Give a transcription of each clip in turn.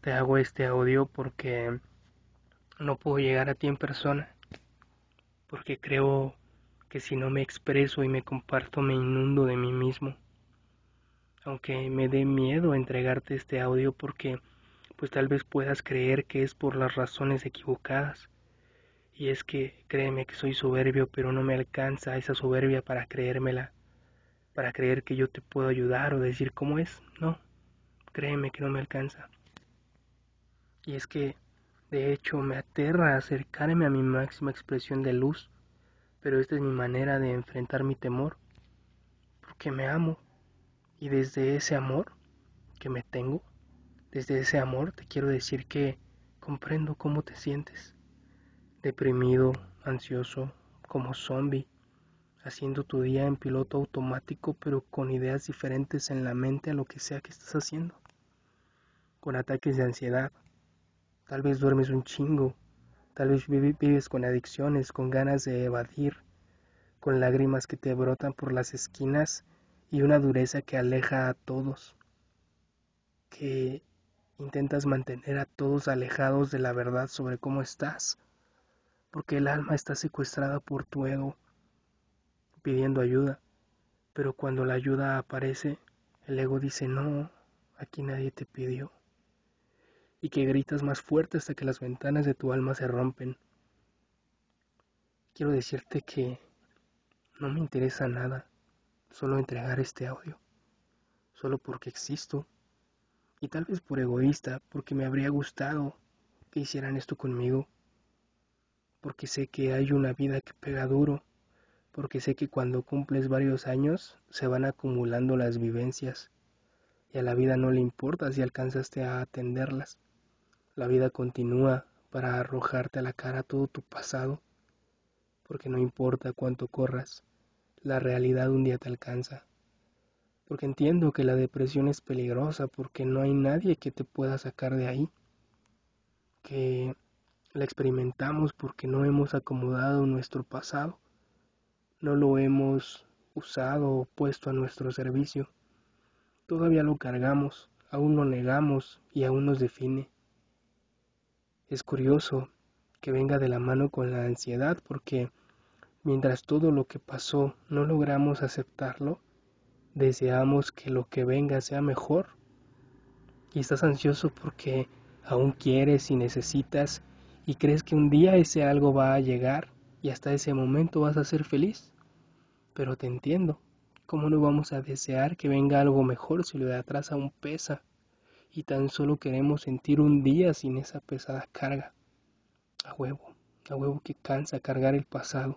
Te hago este audio porque no puedo llegar a ti en persona, porque creo que si no me expreso y me comparto me inundo de mí mismo. Aunque me dé miedo entregarte este audio porque pues tal vez puedas creer que es por las razones equivocadas. Y es que créeme que soy soberbio, pero no me alcanza esa soberbia para creérmela, para creer que yo te puedo ayudar o decir cómo es. No, créeme que no me alcanza. Y es que, de hecho, me aterra acercarme a mi máxima expresión de luz, pero esta es mi manera de enfrentar mi temor, porque me amo. Y desde ese amor que me tengo, desde ese amor te quiero decir que comprendo cómo te sientes, deprimido, ansioso, como zombie, haciendo tu día en piloto automático, pero con ideas diferentes en la mente a lo que sea que estás haciendo, con ataques de ansiedad. Tal vez duermes un chingo, tal vez vives con adicciones, con ganas de evadir, con lágrimas que te brotan por las esquinas y una dureza que aleja a todos, que intentas mantener a todos alejados de la verdad sobre cómo estás, porque el alma está secuestrada por tu ego pidiendo ayuda, pero cuando la ayuda aparece, el ego dice no, aquí nadie te pidió, y que gritas más fuerte hasta que las ventanas de tu alma se rompen. Quiero decirte que no me interesa nada, solo entregar este audio, solo porque existo, y tal vez por egoísta, porque me habría gustado que hicieran esto conmigo, porque sé que hay una vida que pega duro, porque sé que cuando cumples varios años se van acumulando las vivencias y a la vida no le importa si alcanzaste a atenderlas. La vida continúa para arrojarte a la cara todo tu pasado, porque no importa cuánto corras, la realidad un día te alcanza. Porque entiendo que la depresión es peligrosa, porque no hay nadie que te pueda sacar de ahí, que la experimentamos porque no hemos acomodado nuestro pasado, no lo hemos usado o puesto a nuestro servicio. Todavía lo cargamos, aún lo negamos y aún nos define. Es curioso que venga de la mano con la ansiedad porque mientras todo lo que pasó no logramos aceptarlo, deseamos que lo que venga sea mejor. Y estás ansioso porque aún quieres y necesitas y crees que un día ese algo va a llegar y hasta ese momento vas a ser feliz. Pero te entiendo. ¿Cómo no vamos a desear que venga algo mejor si lo de atrás aún pesa? Y tan solo queremos sentir un día sin esa pesada carga. A huevo que cansa cargar el pasado.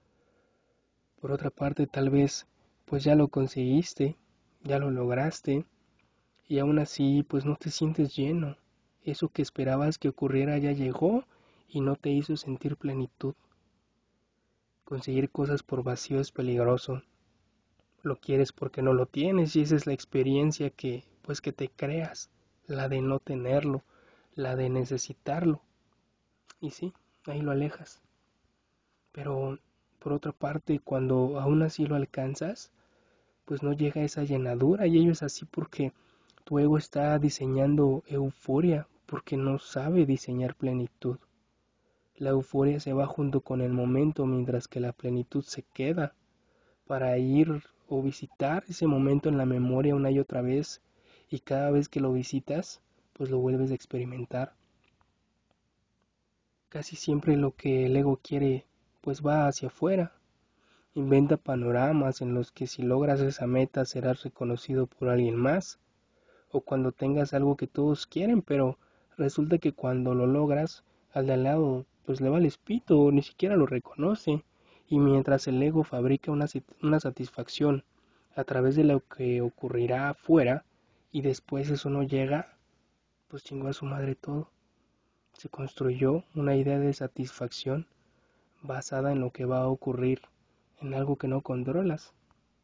Por otra parte, tal vez, pues ya lo conseguiste, ya lo lograste, y aún así, pues no te sientes lleno. Eso que esperabas que ocurriera ya llegó y no te hizo sentir plenitud. Conseguir cosas por vacío es peligroso. Lo quieres porque no lo tienes y esa es la experiencia que, pues que te creas, la de no tenerlo, la de necesitarlo. Y sí, ahí lo alejas. Pero, por otra parte, cuando aún así lo alcanzas, pues no llega esa llenadura y ello es así porque tu ego está diseñando euforia porque no sabe diseñar plenitud. La euforia se va junto con el momento mientras que la plenitud se queda para ir o visitar ese momento en la memoria una y otra vez y cada vez que lo visitas pues lo vuelves a experimentar. Casi siempre lo que el ego quiere pues va hacia afuera. Inventa panoramas en los que si logras esa meta serás reconocido por alguien más, o cuando tengas algo que todos quieren, pero resulta que cuando lo logras, al de al lado pues le vales pito o ni siquiera lo reconoce, y mientras el ego fabrica una satisfacción a través de lo que ocurrirá afuera, y después eso no llega, pues chingó a su madre todo. Se construyó una idea de satisfacción basada en lo que va a ocurrir, en algo que no controlas.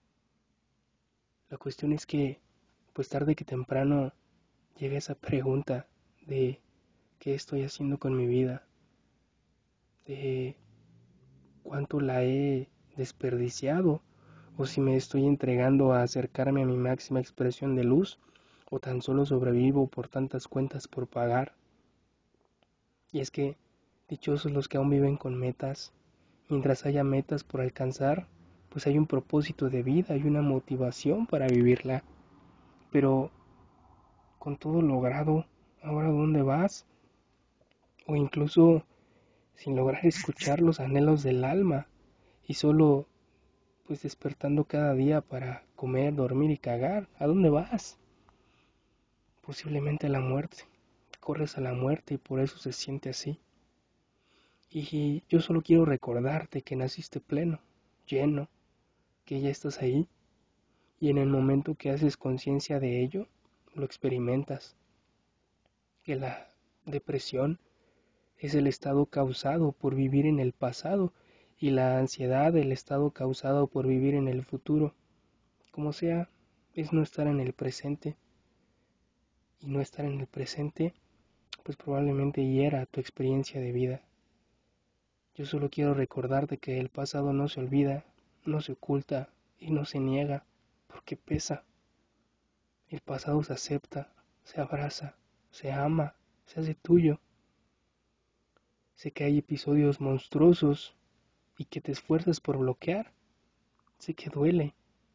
La cuestión es que, pues tarde que temprano, llega esa pregunta de qué estoy haciendo con mi vida, de cuánto la he desperdiciado, o si me estoy entregando a acercarme a mi máxima expresión de luz, o tan solo sobrevivo por tantas cuentas por pagar. Y es que dichosos los que aún viven con metas. Mientras haya metas por alcanzar, pues hay un propósito de vida, hay una motivación para vivirla. Pero con todo logrado, ¿ahora dónde vas? O incluso sin lograr escuchar los anhelos del alma y solo pues despertando cada día para comer, dormir y cagar. ¿A dónde vas? Posiblemente a la muerte. Corres a la muerte y por eso se siente así. Y yo solo quiero recordarte que naciste pleno, lleno, que ya estás ahí y en el momento que haces conciencia de ello, lo experimentas. Que la depresión es el estado causado por vivir en el pasado y la ansiedad el estado causado por vivir en el futuro. Como sea, es no estar en el presente y no estar en el presente pues probablemente hiera tu experiencia de vida. Yo solo quiero recordarte que el pasado no se olvida, no se oculta y no se niega porque pesa. El pasado se acepta, se abraza, se ama, se hace tuyo. Sé que hay episodios monstruosos y que te esfuerzas por bloquear. Sé que duele.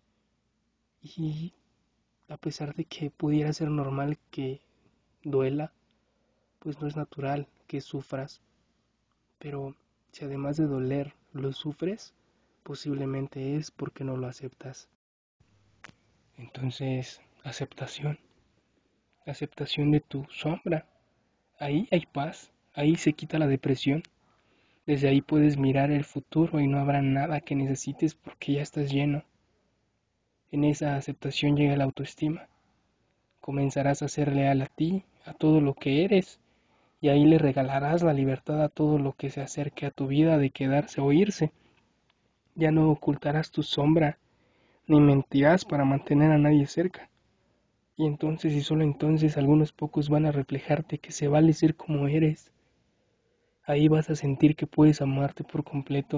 Y a pesar de que pudiera ser normal que duela, pues no es natural que sufras. Pero si además de doler lo sufres, posiblemente es porque no lo aceptas. Entonces, aceptación. Aceptación de tu sombra. Ahí hay paz. Ahí se quita la depresión. Desde ahí puedes mirar el futuro y no habrá nada que necesites porque ya estás lleno. En esa aceptación llega la autoestima. Comenzarás a ser leal a ti, a todo lo que eres, y ahí le regalarás la libertad a todo lo que se acerque a tu vida de quedarse o irse. Ya no ocultarás tu sombra, ni mentirás para mantener a nadie cerca. Y entonces y solo entonces algunos pocos van a reflejarte que se vale ser como eres. Ahí vas a sentir que puedes amarte por completo.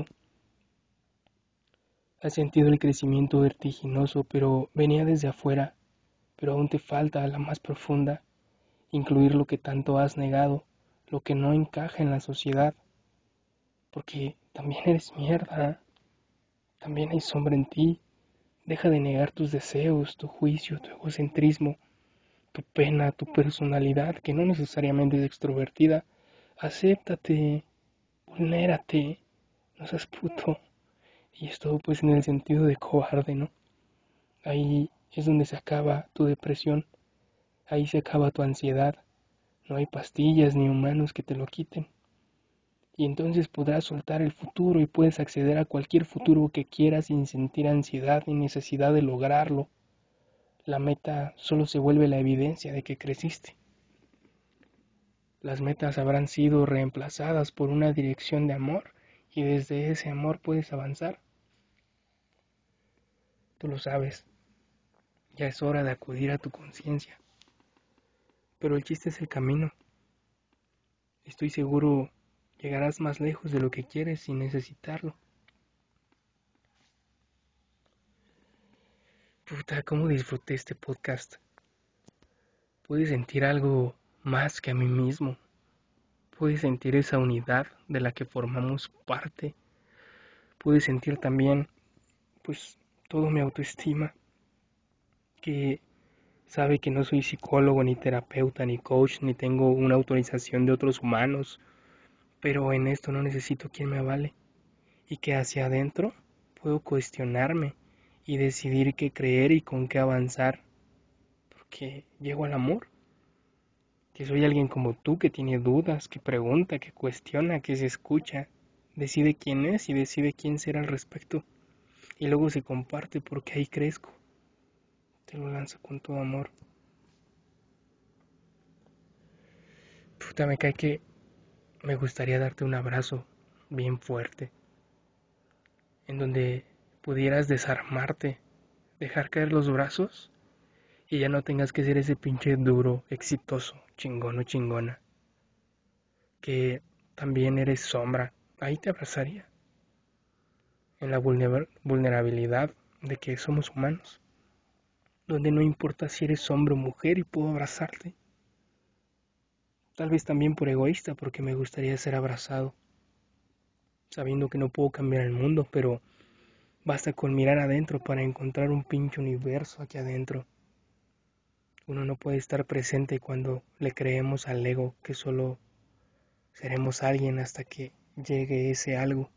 Has sentido el crecimiento vertiginoso, pero venía desde afuera, pero aún te falta a la más profunda, incluir lo que tanto has negado, lo que no encaja en la sociedad, porque también eres mierda, también hay sombra en ti. Deja de negar tus deseos, tu juicio, tu egocentrismo, tu pena, tu personalidad, que no necesariamente es extrovertida. Acéptate, vulnérate, no seas puto. Y esto pues en el sentido de cobarde, ¿no? Ahí es donde se acaba tu depresión, ahí se acaba tu ansiedad. No hay pastillas ni humanos que te lo quiten. Y entonces podrás soltar el futuro y puedes acceder a cualquier futuro que quieras sin sentir ansiedad ni necesidad de lograrlo. La meta solo se vuelve la evidencia de que creciste. Las metas habrán sido reemplazadas por una dirección de amor y desde ese amor puedes avanzar. Tú lo sabes, ya es hora de acudir a tu conciencia. Pero el chiste es el camino. Estoy seguro llegarás más lejos de lo que quieres sin necesitarlo. Puta, cómo disfruté este podcast. Pude sentir algo más que a mí mismo. Pude sentir esa unidad de la que formamos parte. Pude sentir también, pues, todo mi autoestima, que sabe que no soy psicólogo, ni terapeuta, ni coach, ni tengo una autorización de otros humanos, pero en esto no necesito quien me avale, y que hacia adentro puedo cuestionarme y decidir qué creer y con qué avanzar, porque llego al amor. Que soy alguien como tú que tiene dudas, que pregunta, que cuestiona, que se escucha, decide quién es y decide quién será al respecto. Y luego se comparte porque ahí crezco. Te lo lanzo con todo amor. Puta, me cae que me gustaría darte un abrazo bien fuerte, en donde pudieras desarmarte, dejar caer los brazos y ya no tengas que ser ese pinche duro, exitoso, chingón o chingona, que también eres sombra. Ahí te abrazaría en la vulnerabilidad de que somos humanos. donde no importa si eres hombre o mujer y puedo abrazarte. Tal vez también por egoísta, porque me gustaría ser abrazado, sabiendo que no puedo cambiar el mundo, pero basta con mirar adentro para encontrar un pinche universo aquí adentro. Uno no puede estar presente cuando le creemos al ego que solo seremos alguien hasta que llegue ese algo.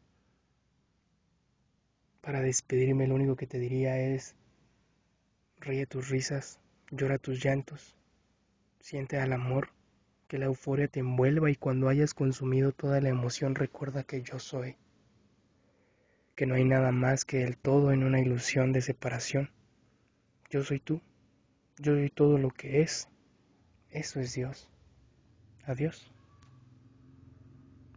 Para despedirme lo único que te diría es: ríe tus risas, llora tus llantos, siente al amor, que la euforia te envuelva, y cuando hayas consumido toda la emoción recuerda que yo soy, que no hay nada más que el todo en una ilusión de separación. Yo soy tú, yo soy todo lo que es, eso es Dios. Adiós.